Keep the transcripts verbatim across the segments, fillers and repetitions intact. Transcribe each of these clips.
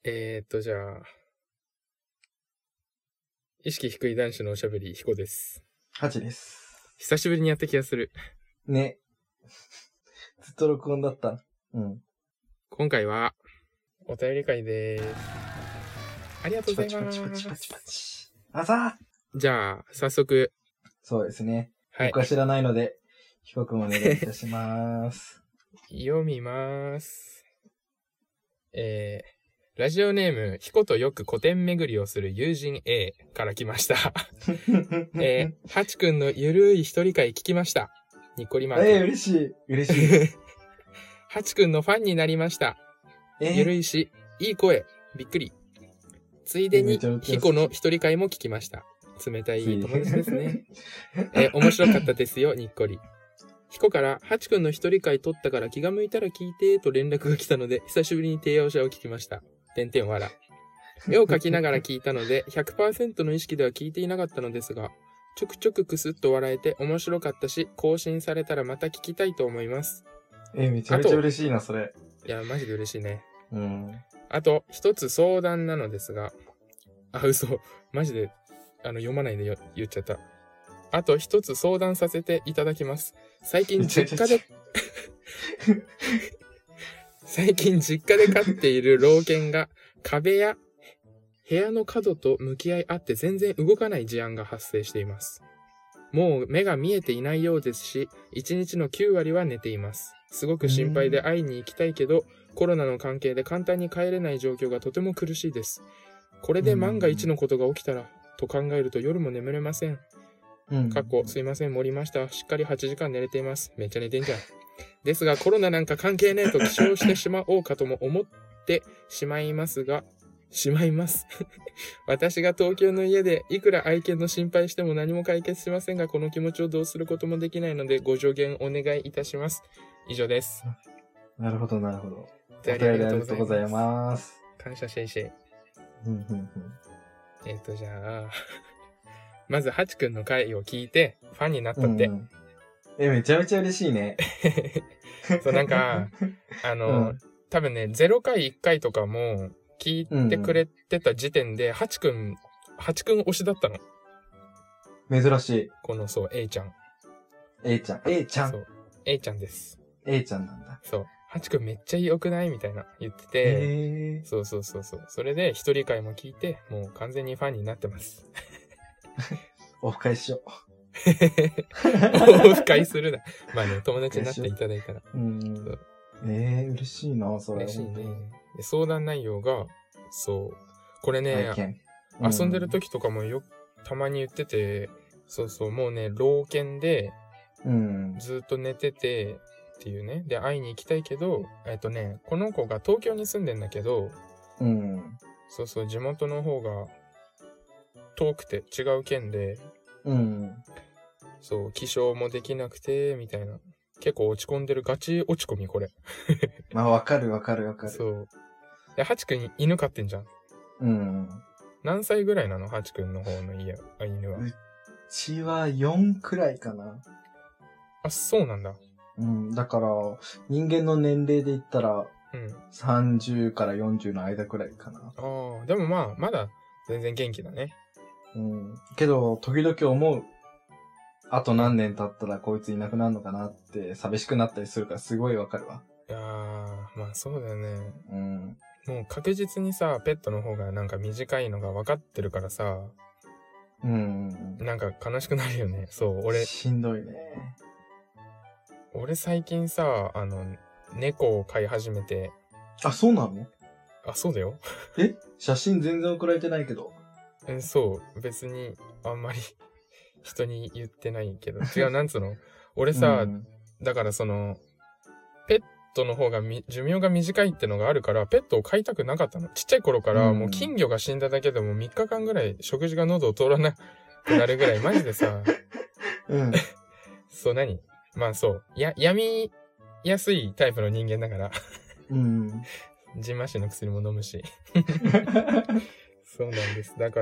えーっと、じゃあ、意識低い男子のおしゃべり、ヒコです。 ハチです。 久しぶりにやった気がする。 ね。ずっと録音だった。うん。 今回は、お便り会でーす。ありがとうございます。 パチパチパチパチパチ。あざーじゃあ、早速。 そうですね。 はい。 僕は知らないので、ヒコ君お願いいたします。 読みます。えー、ラジオネーム、ヒコとよく古典巡りをする友人 A から来ました。えー、ハチくんのゆるい一人会聞きました。ニッコリマーク。 えー、嬉しい。嬉しい。 ハチくんのファンになりました。 えー、 ゆるいし、いい声。びっくり。ついでに、ヒコの一人会も聞きました。冷たい友達ですね。えー、面白かったですよ、にっこり。ヒコから、ハチくんの一人会撮ったから気が向いたら聞いて、と連絡が来たので、久しぶりに提案者を聞きました。てんてんわら。絵を描きながら聞いたので、ひゃくパーセント の意識では聞いていなかったのですが、ちょくちょくクスッと笑えて面白かったし、更新されたらまた聞きたいと思います。 えー、めちゃめちゃ嬉しいな、それ。 いや、マジで嬉しいね。 うん。 あと、一つ相談なのですが、あ、嘘。マジで、あの、読まないでよ言っちゃった。あと一つ相談させていただきます。最近実家で、最近実家で飼っている老犬が壁や部屋の角と向き合い合って全然動かない事案が発生しています。もう目が見えていないようですし、いちにちのきゅうわりは寝ています。すごく心配で会いに行きたいけど、コロナの関係で簡単に帰れない状況がとても苦しいです。これで万が一のことが起きたら、と考えると夜も眠れません。かっこ、すいません、盛りました。しっかりはちじかん寝れています。めっちゃ寝てんじゃん。ですが、コロナなんか関係ねえと起床してしまおうかとも思ってしまいますが、しまいます。私が東京の家でいくら愛犬の心配しても何も解決しませんが、この気持ちをどうすることもできないので、ご助言お願いいたします。以上です。 なるほど、なるほど。 お便りありがとうございます。 感謝シェイシェイ。 うんうんうん、 えっと、じゃあ、まず、ハチくんの回を聞いて、ファンになったって。うん、 え、めちゃめちゃ嬉しいね。 そう、なんか、あの、うん、多分ね、ゼロかいいっかいとかも聞いてくれてた時点で、うんうん、ハチくん、ハチくん推しだったの。 珍しい。 この、そう、A ちゃん。 A ちゃん、A ちゃん。 そう、A ちゃんです。 A ちゃんなんだ。 そう、ハチくんめっちゃ良くないみたいな言ってて、そうそうそうそう。それで一人会も聞いて、もう完全にファンになってます。 オフ会しよう。 オフ会するな。まあね、友達になっていただいたら。 うん。えー、嬉しいな、それ。 嬉しいね。で相談内容が、そう。これね、うん、遊んでる時とかもよ、たまに言ってて、そうそう、もうね、老犬で、 うん、 ずっと寝てて、っていうね。で、会いに行きたいけど、えっとね、この子が東京に住んでんだけど、 うん、 そうそう、地元の方が遠くて違う県で、 うん、 そう、起床もできなくて、みたいな。結構落ち込んでる、ガチ落ち込み、これ。 まあ、わかるわかるわかる。 そう。で、ハチくん犬飼ってんじゃん。 うん。 何歳ぐらいなのハチくんの方の家、あ、犬は。 うちはよんくらいかな。 あ、そうなんだ。 うん。だから、人間の年齢で言ったら、うん。さんじゅうからよんじゅうの間くらいかな。 ああ、でもまあ、まだ全然元気だね。 うん。けど、時々思う。あと何年経ったらこいついなくなるのかなって寂しくなったりするからすごいわかるわ。 いやー、まあそうだよね。 うん。 もう確実にさ、ペットの方がなんか短いのが分かってるからさ、 うん。 なんか悲しくなるよね。そう、俺。 しんどいね。 俺最近さ、あの、猫を飼い始めて。 あ、そうなの？ あ、そうだよ。 え？写真全然送られてないけど。 え、そう。別に、あんまり人に言ってないけど。違う、なんつうの？俺さ、うん、だからその、ペットの方がみ寿命が短いってのがあるから、ペットを飼いたくなかったの。ちっちゃい頃から、もう金魚が死んだだけでもみっかかんぐらい食事が喉を通らなくなるぐらい、マジでさ、 うん。 そう、何？まあそう。や、病みやすいタイプの人間だから。 うん。 ジンマシンの薬も飲むし。そうなんです。だから、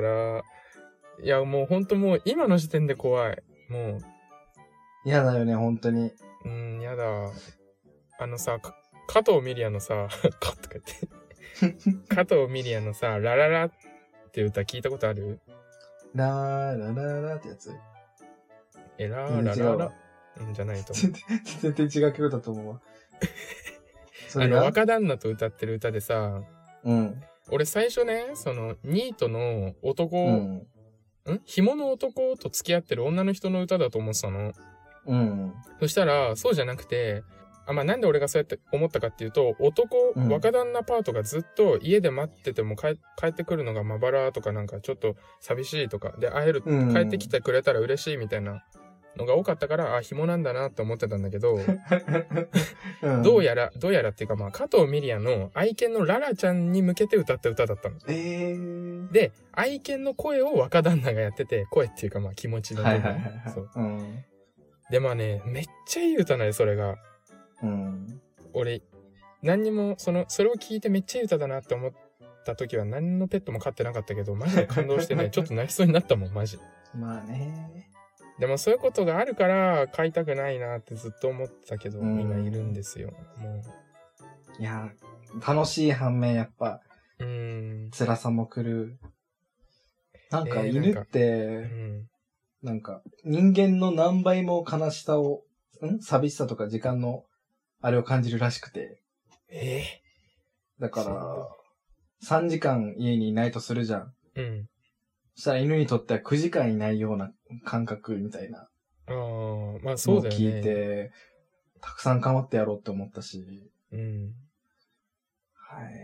いやもうほんともう今の時点で怖い。もう。 嫌だよね、ほんとに。 うん、やだ。あのさ、加藤ミリアのさ、カとか言って。 加藤ミリアのさ、ラララって歌聞いたことある？ ラーラララってやつ。 え、ラ全ーラララ然違うわ。 うんじゃないと思う。 全然、全然違う曲だと思うわ。そあの、 れが若旦那と歌ってる歌でさ、 うん。 俺最初ね、その、ニートの男、 うん。 ん紐の男と付き合ってる女の人の歌だと思ってたの。 うん。 そしたら、そうじゃなくて、あ、まあ、なんで俺がそうやって思ったかっていうと、男、 うん若旦那パートがずっと家で待ってても帰帰ってくるのがまばらとかなんかちょっと寂しいとか、で会える、 うん帰ってきてくれたら嬉しいみたいなのが多かったから、あ、紐なんだなって思ってたんだけど、 うん、 どうやら、どうやらっていうかまあ、加藤ミリアの愛犬のララちゃんに向けて歌った歌だったの。 えー。 で、愛犬の声を若旦那がやってて、声っていうかまあ気持ちの部分。 はいはいはいはい。 そう。 うん。 で、まあね、めっちゃいい歌なのよ、それが。 うん。 俺、何にも、その、それを聞いてめっちゃいい歌だなって思った時は何のペットも飼ってなかったけど、マジで感動してね、ちょっと泣きそうになったもん、マジ。 まあね。 でもそういうことがあるから飼いたくないなってずっと思ってたけど、 うん今いるんですよ、もいや、楽しい反面やっぱ、 う。うーん。 辛さも来る。なんかえー犬っうて、 ん。 なんか人間の何倍も悲しさを、ん寂しさとか時間のあれを感じるらしくて。 えだかそうら、さんじかん家にいないとするじゃん。 ー、うん。 そしたら犬にとってはくじかんいないような感覚みたいなああ、まあのそうだよね。 を聞いて、たくさん構ってやろうって思ったし。 うん。 はい。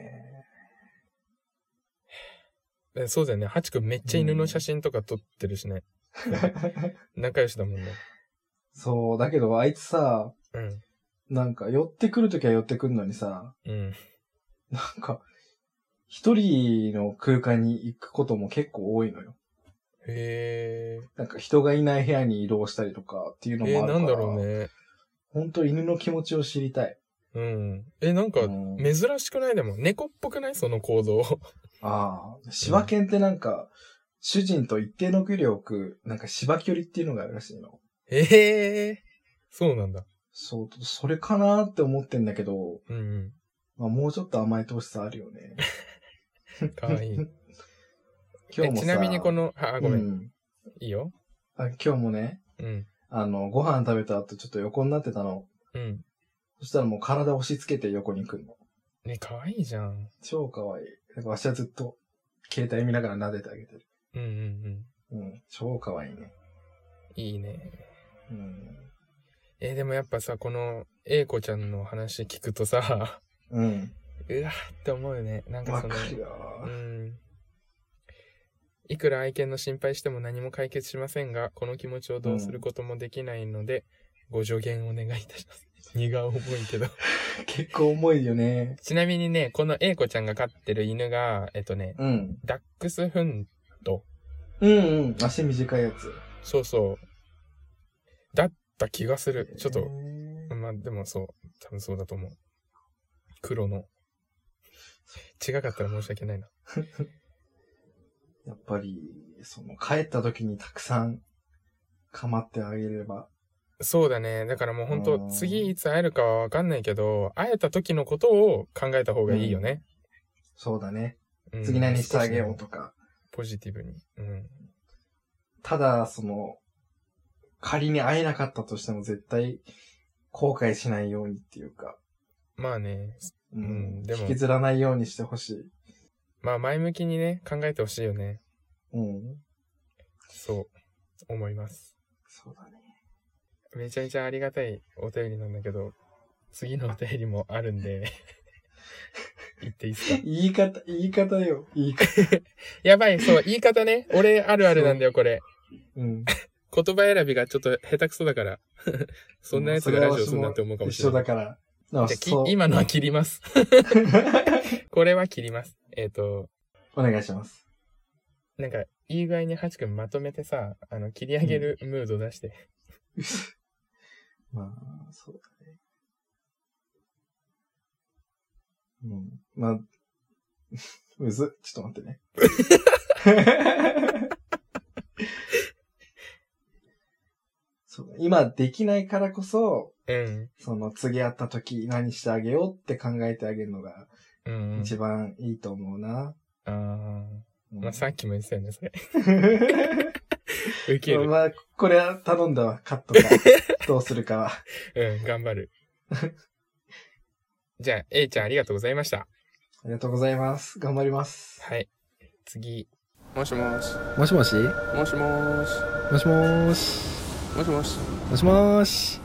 えそうだよね。ハチ君めっちゃ犬の写真とか撮ってるしね。仲良しだもんね。 そう、だけどあいつさ、 うん。 なんか寄ってくるときは寄ってくるのにさ、 うん。 なんか、一人の空間に行くことも結構多いのよ。 へなんか人がいない部屋に移動したりとかっていうのえ。えー、 もあるから。 なんだろうね。 ほんと犬の気持ちを知りたい。 うん。え、なんかう、ん珍しくないでも、猫っぽくないその行動。 ああ、柴犬ってなんか、主人と一定の距離を置く、なんか柴距離っていうのがあるらしいの。 ええー、そうなんだ。 そう、それかなって思ってんだけど、 うんまあもうちょっと甘えてほしさあるよね。 うん。かわいい。 今日もさ、 えちなみにこの、あ、ごめん。 うんいいよ。 あ。今日もね、 うん。 あの、ご飯食べた後ちょっと横になってたの。 うん。 そしたらもう体押し付けて横に来るの。 ね、かわいいじゃん。 超可愛い。だからわしはずっと携帯見ながら撫でてあげてる。 うんうんうん。超可愛いね。 うん。いいね。 うん。 えーでもやっぱさ、この、A子ちゃんの話聞くとさ、 うん。 うわーって思うよね。なんかその、 わかるよ。 うん。いくら愛犬の心配しても何も解決しませんが、この気持ちをどうすることもできないので、ご助言お願いいたします。荷が重いけど。 結構重いよね。 ちなみにね、この A 子ちゃんが飼ってる犬が、えっとね、 うん。 ダックスフント。 うんうん。足短いやつ。 そうそう。だった気がする。ちょっと、 へーまあでもそう。多分そうだと思う。黒の。違かったら申し訳ないな。 やっぱり、その、帰った時にたくさん構ってあげれば。 そうだね。だからもう本当うん次いつ会えるかはわかんないけど、会えた時のことを考えた方がいいよね。 そうだね。 うん次何してあげようとか。 ポジティブに。うん。 ただ、その、仮に会えなかったとしても絶対後悔しないようにっていうか。 まあね。 うん。 うんでも引きずらないようにしてほしい。 まあ前向きにね、考えてほしいよね。 うん。 そう。思います。 そうだね。 めちゃめちゃありがたいお便りなんだけど、次のお便りもあるんで、言っていいですか？ 言い方、言い方よ。言い方。 やばい、そう、言い方ね。俺あるあるなんだよ、これ。 うん。 言葉選びがちょっと下手くそだから。そんなやつがラジオするなんて思うかもしれない。 一緒だから。だからじゃあそうき今のは切ります。これは切ります。えっ、と、 お願いします。 なんか、いい具合にハチ君まとめてさ、あの、切り上げるムード出して。 まあ、そうだね。うん。まあ、むずっ。ちょっと待ってね。そう今できないからこそ、 うん。 その次会った時何してあげようって考えてあげるのがうんうん。 一番いいと思うな。 ああ。 うん、 まあ、さっきも言ってたよね、それ。ウケる。 まあ、これは頼んだわ、カットか。どうするかは。 うん、頑張る。じゃあ、A ちゃんありがとうございました。 ありがとうございます。頑張ります。 はい。次。もしもし。 もしもしもしもーし。 もしもーし。 もしもし。 もしもーし。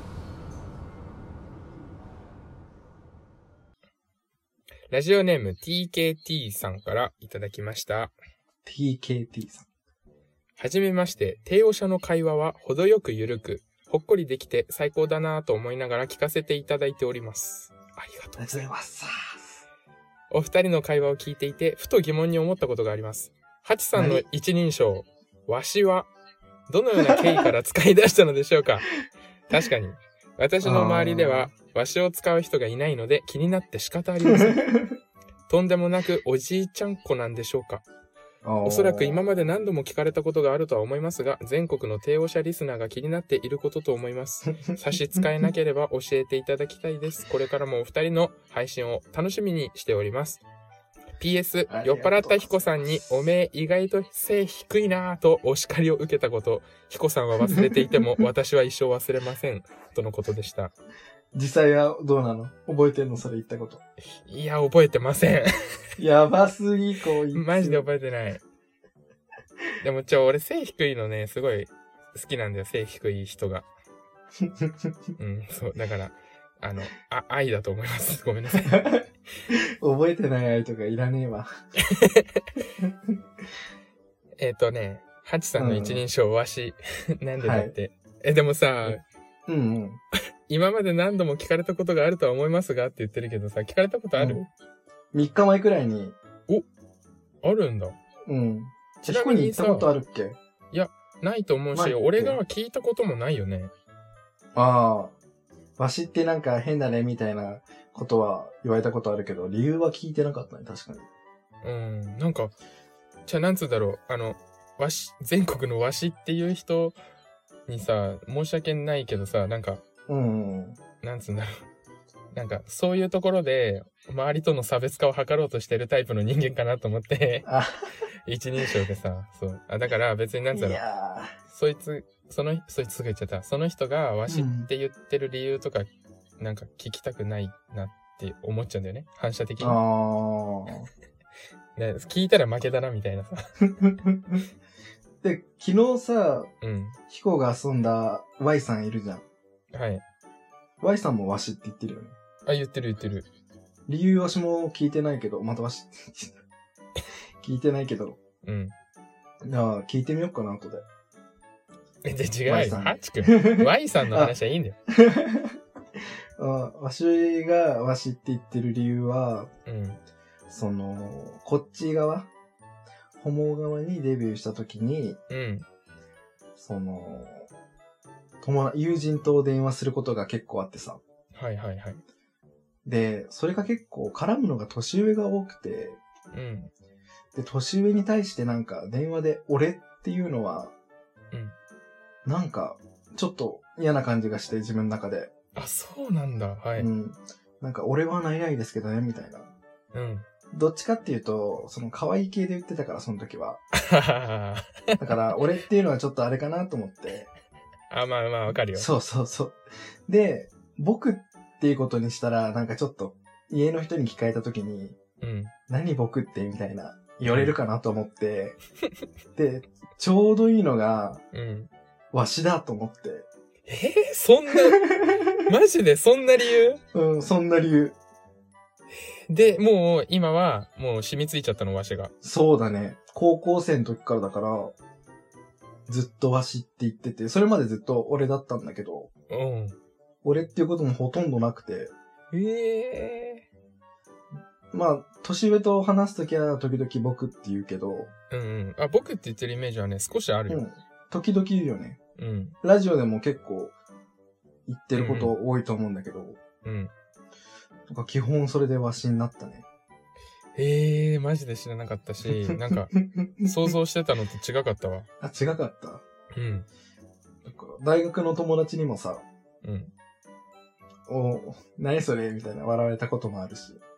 ラジオネーム ティーケーティー さんからいただきました。 ティーケーティー さん。 はじめまして、帝王者の会話は程よくゆるく、ほっこりできて最高だなぁと思いながら聞かせていただいております。ありがとうございます。お二人の会話を聞いていて、ふと疑問に思ったことがあります。ハチさんの一人称、わしは、どのような経緯から使い出したのでしょうか。確かに、私の周りでは、わしを使う人がいないので気になって仕方ありません。とんでもなくおじいちゃん子なんでしょうか。おそらく今まで何度も聞かれたことがあるとは思いますが、全国の帝王者リスナーが気になっていることと思います。差し支えなければ教えていただきたいです。これからもお二人の配信を楽しみにしております。ピーエス、酔っ払った彦さんにおめえ意外と背低いなぁとお叱りを受けたこと、彦さんは忘れていても私は一生忘れません。とのことでした。 実際はどうなの？覚えてんの？それ言ったこと。 いや、覚えてません。 やばすぎ、こいつ。 マジで覚えてない。でもちょ、俺背低いのね、すごい好きなんだよ、背低い人が。うん、そう、だから、あの、あ、愛だと思います。ごめんなさい。 覚えてない愛とかいらねえわ。 えっとね、ハチさんの一人称わし、なんでだって。はい、え、でもさ、 うんうん。 今まで何度も聞かれたことがあるとは思いますがって言ってるけどさ、聞かれたことある？うん、 みっかまえくらいに。 お、あるんだ。 うん。ちなみに行ったことあるっけ？ いや、ないと思うし、俺が聞いたこともないよね。 ああ。わしってなんか変だねみたいなことは言われたことあるけど、理由は聞いてなかったね、確かに。 うん、なんか、じゃあなんつうだろう、あの、わし、全国のわしっていう人にさ、申し訳ないけどさ、なんか、 うんうん、 なんつうんだろう。なんか、そういうところで、周りとの差別化を図ろうとしてるタイプの人間かなと思って、一人称でさ、そう。あ、だから別になんつうだろう。そいつ、その、そいつが言っちゃった。その人がわしって言ってる理由とか、うん、なんか聞きたくないなって思っちゃうんだよね。反射的に。あね、聞いたら負けだなみたいなさ。 で、昨日さ、 うん。 ヒコが遊んだ Y さんいるじゃん。 はい。 Y さんもわしって言ってるよね。 あ、言ってる言ってる。 理由わしも聞いてないけど、またわし、聞いてないけど。 うん。 じゃあ、聞いてみようかな、後で。 え、で、違うよ。ハチ君。Y さんの話はいいんだよ。 あわしがわしって言ってる理由は、 うん。 その、こっち側、ホモ側にデビューした時に、 うん。 その、友友人と電話することが結構あってさ。 はいはいはい。 で、それが結構絡むのが年上が多くて、 うん。 で、年上に対してなんか電話で俺っていうのは、 うん。 なんか、ちょっと嫌な感じがして、自分の中で。 あ、そうなんだ。はい。 うん。なんか、俺はないないですけどね、みたいな。 うん。 どっちかっていうと、その可愛い系で言ってたから、その時は。だから、俺っていうのはちょっとあれかなと思って。 あ、まあまあ、わかるよ。 そうそうそう。で、僕っていうことにしたら、なんかちょっと、家の人に聞かれた時に、 うん。 何僕ってみたいな、言われるかなと思って。で、ちょうどいいのが、 うん。 わしだと思って。 えー、そんな、マジでそんな理由？ うん、そんな理由。 で、もう今はもう染みついちゃったの、わしが。 そうだね。高校生の時からだから、ずっとわしって言ってて、それまでずっと俺だったんだけど、 うん。 俺っていうこともほとんどなくて。 ええー。まあ、年上と話すときは時々僕って言うけど。 うんうん。あ、僕って言ってるイメージはね、少しあるよ。 うん。時々言うよね。 うん。 ラジオでも結構言ってること多いと思うんだけど。 うん。 とか基本それでわしになったね。 ええー、マジで知らなかったし、なんか、想像してたのと違かったわ。 あ、違かった。 うん。 だから大学の友達にもさ、 うん。 お、何それみたいな笑われたこともあるし。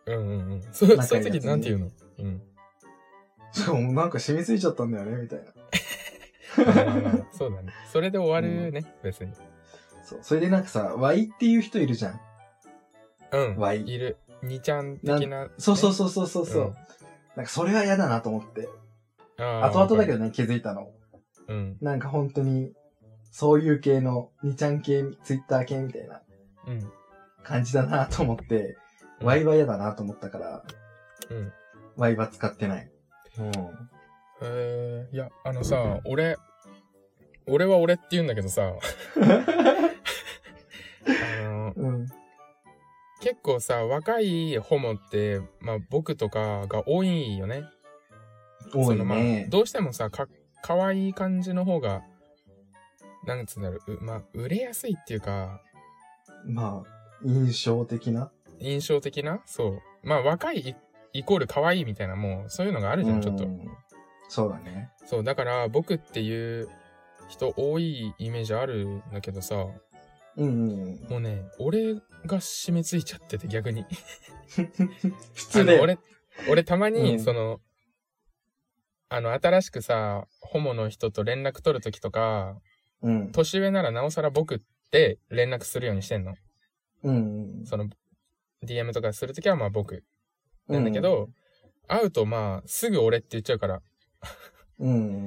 うんうんうん。そ、その時なんて言うの？うん。 そう、なんか染みついちゃったんだよね、みたいな。 まあまあまあ、そうだね。それで終わるね、うん、別に。 そう。それでなんかさ、ワイっていう人いるじゃん。 うん。 ワイ。 いる。にちゃん的な、ね。 そうそうそうそうそうそう、うん。なんかそれは嫌だなと思って。あ後々だけどね、気づいたの。うん。なんか本当に、そういう系の、にちゃん系、ツイッター系みたいな、うん。感じだなと思って、うん、ワイは嫌だなと思ったから、うん。ワイは使ってない。うん。 へえ、いや、あのさ、俺、俺は俺って言うんだけどさ、あの、うん、結構さ、若いホモって、まあ僕とかが多いよね。 多いね。 まあ、どうしてもさ、か、かわいい感じの方が、なんつうんだろう、まあ、売れやすいっていうか、 まあ、印象的な印象的なそう。まあ、若いイコール可愛いみたいな、もう、そういうのがあるじゃん、ちょっと。 そうだね。 そう、だから、僕っていう人多いイメージあるんだけどさ、うんうんうん、もうね、俺が染みついちゃってて、逆に。 普通で。 俺、俺たまに、うん、その、あの、新しくさ、ホモの人と連絡取るときとか、うん、年上ならなおさら僕って連絡するようにしてんの。うん、うん。その、ディーエム とかするときはまあ僕。なんだけど、うん、会うとまあ、すぐ俺って言っちゃうから。うん。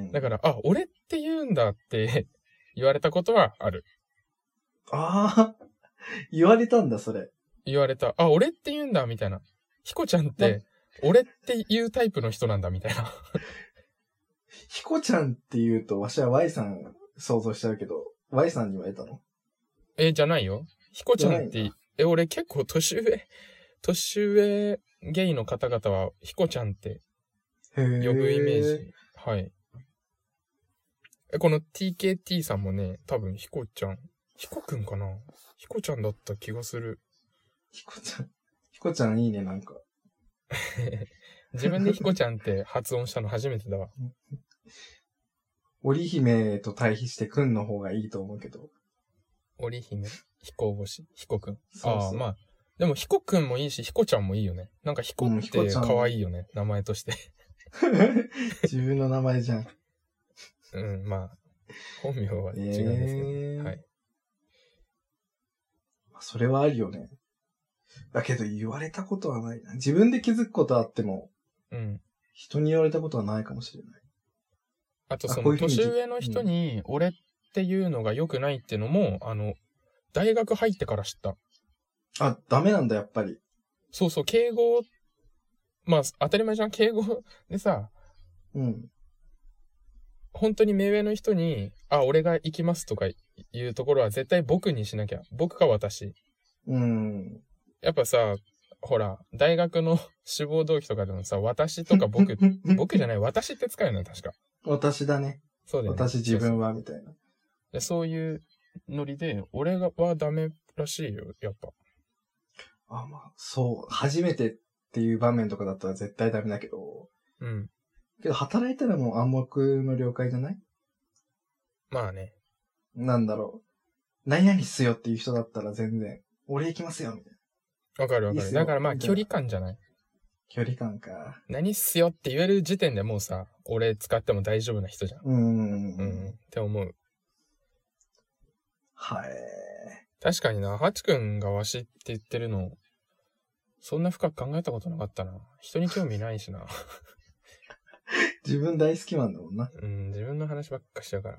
だから、あ、俺って言うんだって言われたことはある。 ああ、言われたんだ、それ。 言われた。あ、俺って言うんだ、みたいな。ヒコちゃんって、俺って言うタイプの人なんだ、みたいな。 ヒコちゃんって言うと、わしは Y さん想像しちゃうけど、Y さんに言われたの？ え、じゃないよ。ヒコちゃんって、え、俺結構年上、年上ゲイの方々はヒコちゃんって呼ぶイメージ。はい。え、この ティーケーティー さんもね、多分ヒコちゃん、ヒコくんかな？ヒコちゃんだった気がする。 ヒコちゃん、ヒコちゃんいいね、なんか。 自分でヒコちゃんって発音したの初めてだわ。 織姫と対比してくんの方がいいと思うけど。 織姫、彦星、彦くん。ああ、まあ。でも彦くんもいいし、彦ちゃんもいいよね。なんか彦って可愛いよね、うん、名前として。 自分の名前じゃん。 うん、まあ。本名は違うんですけど、えー、はい。 それはあるよね。だけど言われたことはないな。自分で気づくことはあっても、うん。人に言われたことはないかもしれない。 あとその年上の人に俺っていうのが良くないっていうのも、うん、あの、大学入ってから知った。 あ、ダメなんだ、やっぱり。 そうそう、敬語、まあ当たり前じゃん、敬語でさ、うん。本当に目上の人に、あ、俺が行きますとかいうところは絶対僕にしなきゃ。僕か私。うん。やっぱさ、ほら、大学の志望動機とかでもさ、私とか僕、僕じゃない、私って使うよね、確か。 私だね。そうだよね。私自分は、みたいな。 そうそう、そういうノリで、俺はダメらしいよ、やっぱ。 あ、まあ、そう。初めてっていう場面とかだったら絶対ダメだけど。うん。けど、働いたらもう暗黙の了解じゃない？ まあね。 なんだろう。何々っすよっていう人だったら全然、俺行きますよ、みたいな。 わかるわかる。いいだからまあ、距離感じゃない？ 距離感か。 何っすよって言える時点でもうさ、俺使っても大丈夫な人じゃん。うん。うん。って思う。 はい。 確かにな、ハチ君がわしって言ってるの、そんな深く考えたことなかったな。人に興味ないしな。 自分大好きなんだもんな。 うん、自分の話ばっかしちゃうから。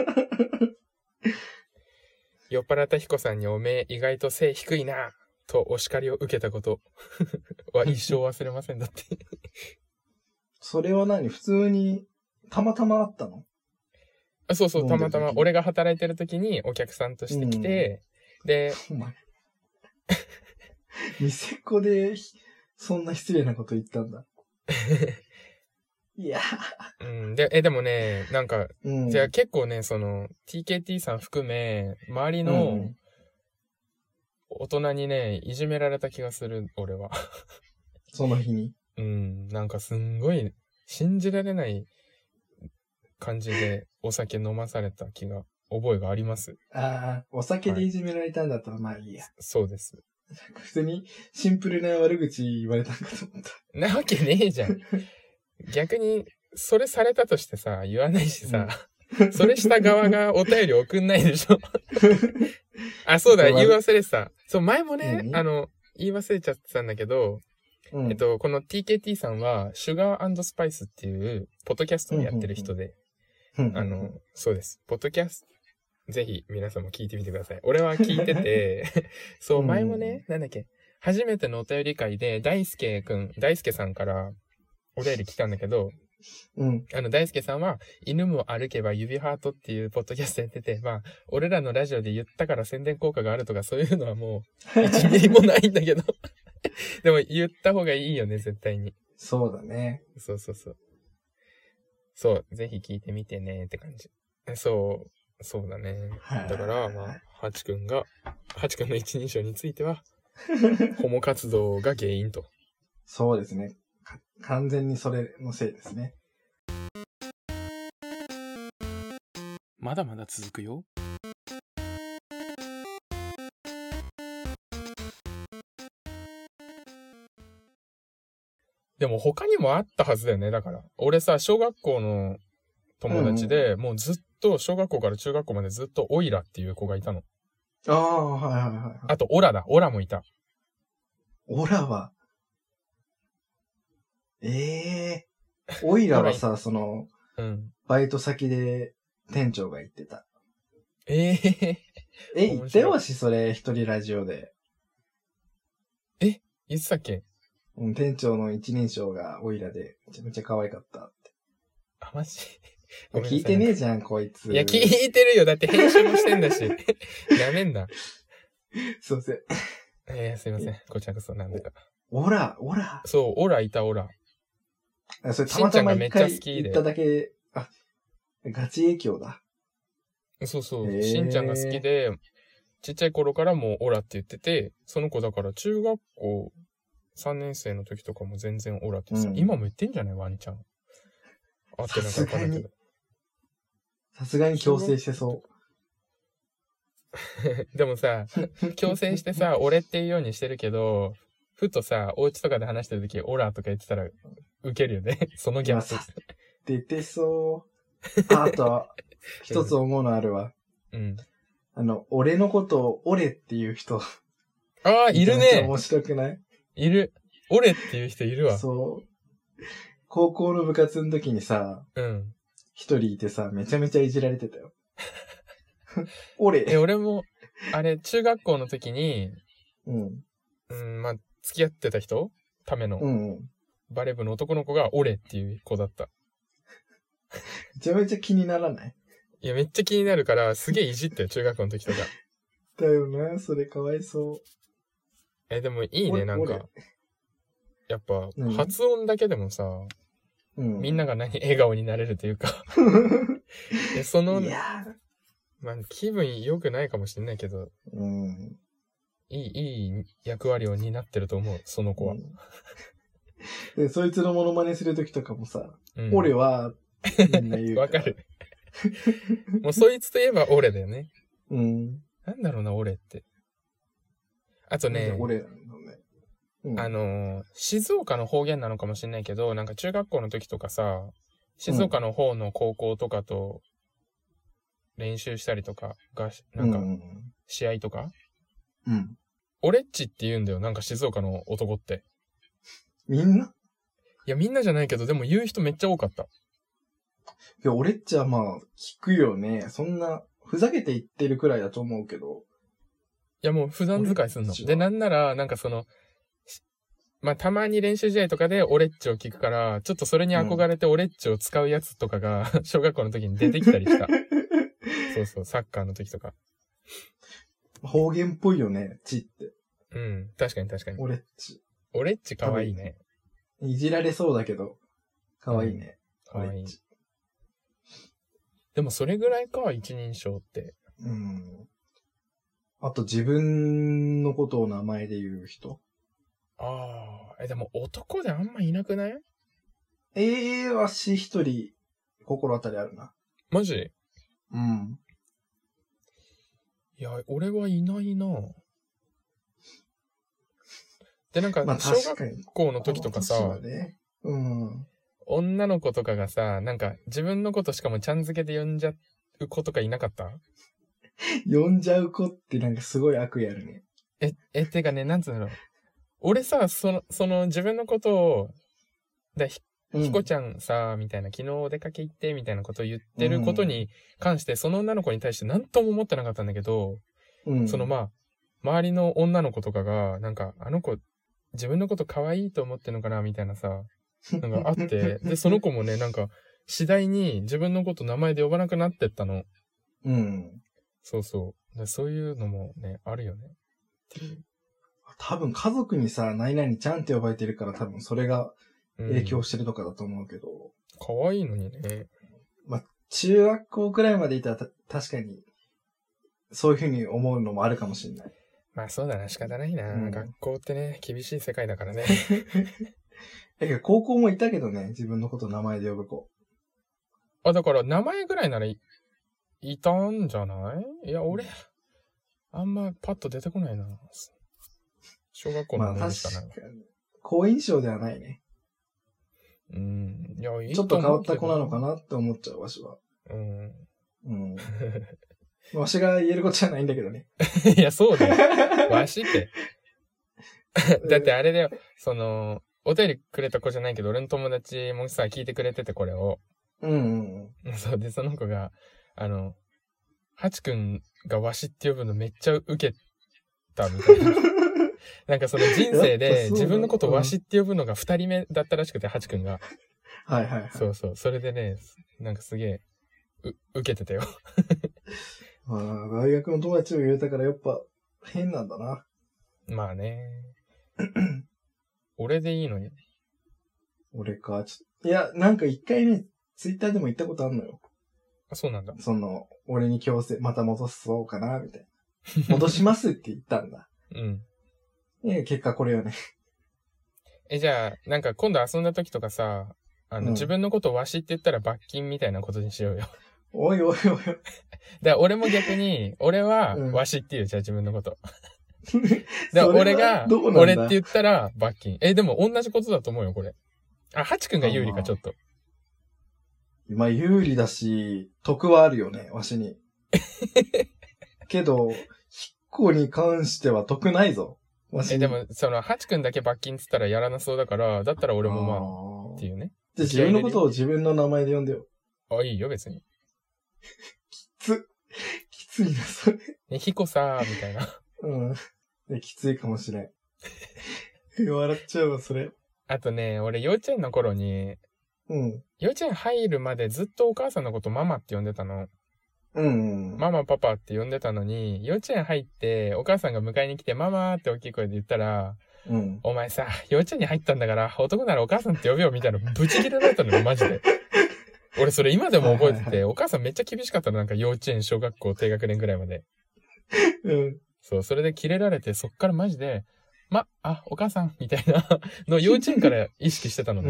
酔っ払った彦さんにおめえ意外と背低いな、とお叱りを受けたことは一生忘れませんだって。 それは何？普通に、たまたまあったの？ あ、そうそう、たまたま俺が働いてる時にお客さんとして来て、うん、で、お前、 店っ子で、そんな失礼なこと言ったんだ。いやうん。で、え、でもね、なんか、うん、じゃあ結構ね、その、ティーケーティー さん含め、周りの大人にね、いじめられた気がする、俺は。 その日に？ うん。なんかすんごい、信じられない感じでお酒飲まされた気が、覚えがあります。 ああ、お酒でいじめられたんだったら、まあいいや、はい。 そうです。 普通にシンプルな悪口言われたんかと思った。 なわけねえじゃん。逆に、それされたとしてさ、言わないしさ、うん、それした側がお便り送んないでしょ。あ、そうだ、言い忘れてた。そう、前もね、うん、あの、言い忘れちゃってたんだけど、うん、えっと、この ティーケーティー さんは、シュガー&スパイスっていう、ポッドキャストをやってる人で、うんうんうん、あの、そうです。ポッドキャスト、ぜひ皆さんも聞いてみてください。俺は聞いてて、そう、前もね、なんだっけ、初めてのお便り会で、大輔くん、大輔さんからお便り来たんだけど、うん、あの、大輔さんは、犬も歩けば指ハートっていうポッドキャストやってて、まあ、俺らのラジオで言ったから宣伝効果があるとかそういうのはもう、一ミリもないんだけど。でも言った方がいいよね、絶対に。 そうだね。 そうそうそう。そう、ぜひ聞いてみてねって感じ。そう、そうだね。だから、まあ、ハチくんが、ハチくんの一人称については、ホモ活動が原因と。 そうですね。完全にそれのせいですね。 まだまだ続くよ。でも他にもあったはずだよね。だから。俺さ、小学校の友達で、うん、もうずっと、小学校から中学校までずっとオイラっていう子がいたの。 ああ、はいはいはい。 あと、オラだ。オラもいた。 オラはええー。オイラはさ、その、うん、バイト先で店長が言ってた。 ええー。 え、言ってほしい、それ、一人ラジオで。 え言ってたっけ？ うん、店長の一人称がオイラで、めちゃめちゃ可愛かったって。 あ、マジ？ 聞いてねえじゃん、こいつ。 いや、聞いてるよ。だって編集もしてんだし。やめんな。 すいません。 えー、すいません。こちらこそ、なんだか。 オラ、オラ。 そう、オラいた、オラ。 それたまたま一回言っただけ、あ、ガチ影響だ。 そうそう。しんちゃんが好きで、ちっちゃい頃からもうオラって言ってて、その子だから中学校さんねん生の時とかも全然オラってさ、うん、今も言ってんじゃないワンちゃん。あってなんかわかんないけど。 さすがに強制してそう。 でもさ、強制してさ、俺っていうようにしてるけど、ふとさ、お家とかで話してるとき、オラとか言ってたら、ウケるよね。そのギャップ。 出てそう。あ、あとは、一つ思うのあるわ。 うん。 あの、俺のことを、俺っていう人。 ああ、いるね。 面白くない？ いる。俺っていう人いるわ。 そう。高校の部活の時にさ、うん。一人いてさ、めちゃめちゃいじられてたよ。俺。 え、俺も、あれ、中学校の時に、 うん。 うん、まあ、付き合ってた人ための、うんうん、バレー部の男の子が俺っていう子だった。 めちゃめちゃ気にならない？ いや、めっちゃ気になるから、すげえいじったよ、中学校の時とか。 だよな、それかわいそう。 え、でもいいね、なんか。やっぱ、発音だけでもさ、うん、みんなが何、笑顔になれるというか。え、その、いやまあ、気分良くないかもしれないけど、うん、いい、いい役割を担ってると思う、その子は。うん、 で、そいつのモノマネするときとかもさ、うん、俺は、みんな言うから。 わかる。もうそいつといえば俺だよね。 うん。 なんだろうな、俺って。あとね、 俺なんだね。 うん、あの、静岡の方言なのかもしれないけど、なんか中学校の時とかさ、静岡の方の高校とかと練習したりとかが、なんか、試合とか、 うん。 俺っちって言うんだよ、なんか静岡の男って。 みんな？いや、みんなじゃないけど、でも言う人めっちゃ多かった。 いや、俺っちはまあ、聞くよね。そんな、ふざけて言ってるくらいだと思うけど。 いや、もう普段使いすんの。で、なんなら、なんかその、まあ、たまに練習試合とかで俺っちを聞くから、ちょっとそれに憧れて俺っちを使うやつとかが、うん、小学校の時に出てきたりした。そうそう、サッカーの時とか。 方言っぽいよね、ちって。 うん、確かに確かに。 俺っち。 俺っちかわいいね。 いじられそうだけど、かわいいね。 かわいい。でもそれぐらいか、一人称って。 うん。あと自分のことを名前で言う人。 ああ、え、でも男であんまいなくない？ ええー、わし一人、心当たりあるな。 マジ？ うん。 いや、俺はいないな。 で、なんか、小学校の時とかさ、まあね、うん、 女の子とかがさ、なんか、自分のことしかもちゃん付けで呼んじゃう子とかいなかった？ 呼んじゃう子ってなんかすごい悪意あるね。 え、え、てかね、なんつうの、俺さ、その、その自分のことを、だひ、うん、ひこちゃんさ、みたいな、昨日お出かけ行って、みたいなことを言ってることに関して、うん、その女の子に対して何とも思ってなかったんだけど、うん、そのまあ、周りの女の子とかが、なんか、あの子、自分のこと可愛いと思ってんのかなみたいなさ、なんかあって、で、その子もね、なんか、次第に自分のこと名前で呼ばなくなってったの。 うん。 そうそう。でそういうのもね、あるよね。 多分家族にさ、何々ちゃんって呼ばれてるから多分それが影響してるとかだと思うけど。うん、 可愛いのにね。 まあ、中学校くらいまでいたらた確かに、そういうふうに思うのもあるかもしれない。 まあそうだな、仕方ないな、うん。学校ってね、厳しい世界だからね。 え、高校もいたけどね、自分のこと名前で呼ぶ子。 あ、だから名前ぐらいなら い, いたんじゃないいや、俺、あんまパッと出てこないな。小学校の名前しかない。まあ確かに。好印象ではないね。 うん。いや、いいちょっと変わった子なのかなって思っちゃう、わしは。 うん。 うん。わしが言えることじゃないんだけどね。 いや、そうだよ。わしって。だってあれだよ、その、お便りくれた子じゃないけど、俺の友達もさ、聞いてくれてて、これを。 うんうんうん。そうで、その子が、あの、ハチくんがわしって呼ぶのめっちゃウケたみたいな。なんかその人生で自分のことをわしって呼ぶのが二人目だったらしくて、ハチくんが。 はいはいはい。 そうそう。それでね、なんかすげえ、う、受けてたよ。 まあ、大学の友達を入れたからやっぱ変なんだな。 まあね。俺でいいのに。 俺か。ちょいや、なんか一回ね、ツイッターでも言ったことあるのよ。 あ、そうなんだ。 その、俺に強制、また戻そうかな、みたいな。戻しますって言ったんだ。 うん。 え、結果これよね。 え、じゃあ、なんか今度遊んだ時とかさ、あの、うん、自分のことをわしって言ったら罰金みたいなことにしようよ。 おいおいおい。だから俺も逆に、俺はわしって言う、うん、じゃあ自分のこと。だから俺が、俺って言ったら罰金。え、でも同じことだと思うよ、これ。あ、ハチ君が有利か、ちょっと。 まあ、有利だし、得はあるよね、わしに。けど、ヒッコに関しては得ないぞ。わしに。 え、でも、その、ハチ君だけ罰金って言ったらやらなそうだから、だったら俺もまあ、っていうね。 じゃあ自分のことを自分の名前で呼んでよ。 あ、いいよ、別に。 きつ、きついな、それ。 ね、ヒコさー、みたいな。 うん。ね、きついかもしれん。笑っちゃうわ、それ。 あとね、俺幼稚園の頃に、 うん。 幼稚園入るまでずっとお母さんのことママって呼んでたの。 うん、うん。 ママパパって呼んでたのに、幼稚園入って、お母さんが迎えに来て、ママーって大きい声で言ったら、 うん。 お前さ、幼稚園に入ったんだから、男ならお母さんって呼べよ、みたいな、ブチ切れられたのよ、マジで。俺それ今でも覚えてて、はいはいはい、お母さんめっちゃ厳しかったの、なんか幼稚園、小学校、低学年ぐらいまで。 うん。 そう、それでキレられて、そっからマジで、ま、あ、お母さん、みたいなの幼稚園から意識してたのね。 うん。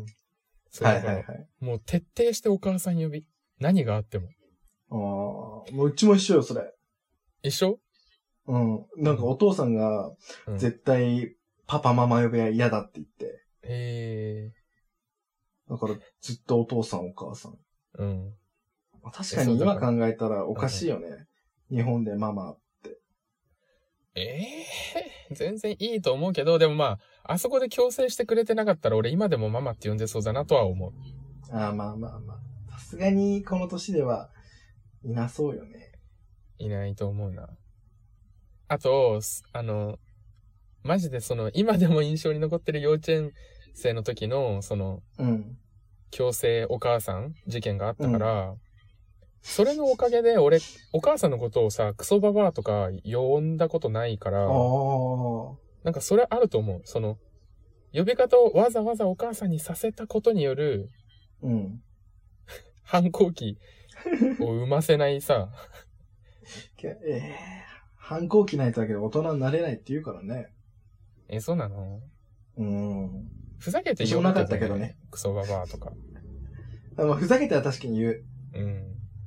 そう、はいはいはい。もう徹底してお母さん呼び。何があっても。 ああ、もううちも一緒よ、それ。 一緒？ うん。なんかお父さんが、絶対、パパママ呼びは嫌だって言って。 へえ。 だから、ずっとお父さんお母さん。 うん。 確かに今考えたらおかしいよね。日本でママって。 ええー、全然いいと思うけど、でもまあ、あそこで強制してくれてなかったら俺今でもママって呼んでそうだなとは思う。 ああ、まあまあまあ。さすがにこの年ではいなそうよね。 いないと思うな。あと、あの、マジでその、今でも印象に残ってる幼稚園生の時の、その、 うん。 強制お母さん事件があったから、うん、それのおかげで俺、お母さんのことをさ、クソババアとか呼んだことないから、なんかそれあると思う。その、呼び方をわざわざお母さんにさせたことによる、 うん。 反抗期を生ませないさ。 えー、反抗期ないとだけど大人になれないって言うからね。 え、そうなの？ うーん。 ふざけて言う、ね。なかったけどね。 クソババアとか。 まあ、ふざけては確かに言う。 うん。うん。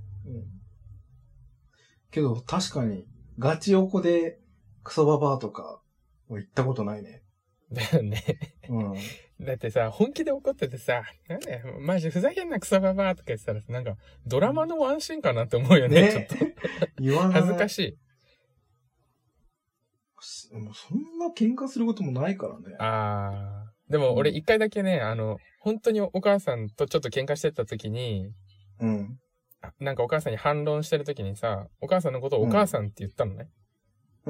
けど確かに、ガチ横でクソババアとかは言ったことないね。 だよね。 うん。 だってさ、本気で怒っててさ、なんだよ、マジふざけんなクソババアとか言ってたらさ、なんか、ドラマのワンシーンかなって思うよね、ねちょっと。 言わない。 恥ずかしい。 もうそんな喧嘩することもないからね。 あー。でも俺一回だけね、あの、本当にお母さんとちょっと喧嘩してた時に、 うん。 なんかお母さんに反論してる時にさ、お母さんのことをお母さんって言ったのね。 うん。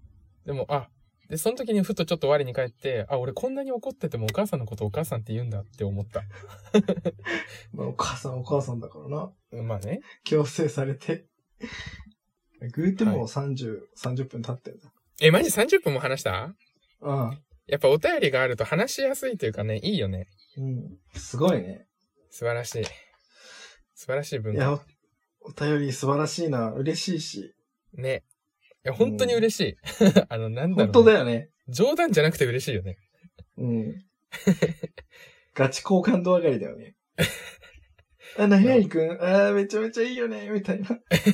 でも、あ、で、その時にふとちょっと我に返って、あ、俺こんなに怒っててもお母さんのことをお母さんって言うんだって思った。 まあお母さんお母さんだからな。 まあね。 強制されて。ぐーってもうさんじゅう、はい、さんじゅっぷん経ってんだ。 え、マジさんじゅっぷんも話した？ うん。 やっぱお便りがあると話しやすいというかね、いいよね。 うん。すごいね。 素晴らしい。素晴らしい文化。 いや、お便り素晴らしいな。嬉しいし。 ね。いや、本当に嬉しい。うん、あの、なんだろう、ね。 本当だよね。 冗談じゃなくて嬉しいよね。 うん。ガチ好感度上がりだよね。あ、なになにくん、あーめちゃめちゃいいよね、みたいな。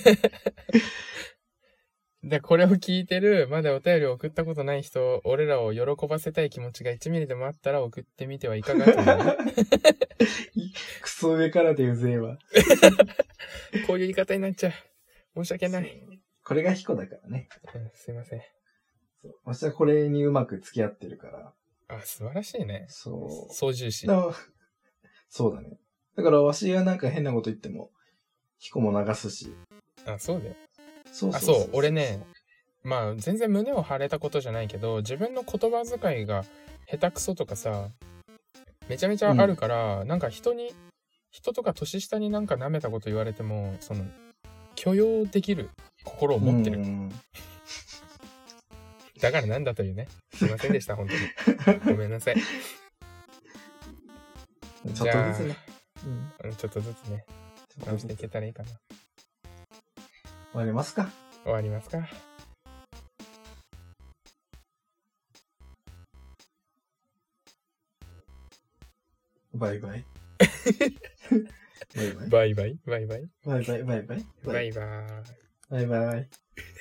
で、これを聞いてる、まだお便りを送ったことない人、俺らを喜ばせたい気持ちがいちミリでもあったら送ってみてはいかがと思う。 クソ上からでうぜえわ。 こういう言い方になっちゃう。申し訳ない。 これがヒコだからね。 うん、すいません。 そう。私はこれにうまく付き合ってるから。 あ、素晴らしいね。 そう。 操縦士。 そうだね。だからわしがなんか変なこと言っても、ヒコも流すし。 あ、そうだよ。 そうそうそうそう。あ、そう。俺ね、まあ全然胸を張れたことじゃないけど、自分の言葉遣いが下手くそとかさ、めちゃめちゃあるから、うん、なんか人に、人とか年下になんか舐めたこと言われても、その、許容できる心を持ってる。だからなんだというね。すいませんでした、本当に。ごめんなさい。 ちょっとずつね。 うん、ちょっとずつね。直していけたらいいかな。 終わりますか。 終わりますか。 バイバイ。 バイバイバイバイバイバイバイバイバイバイバイバイバイ。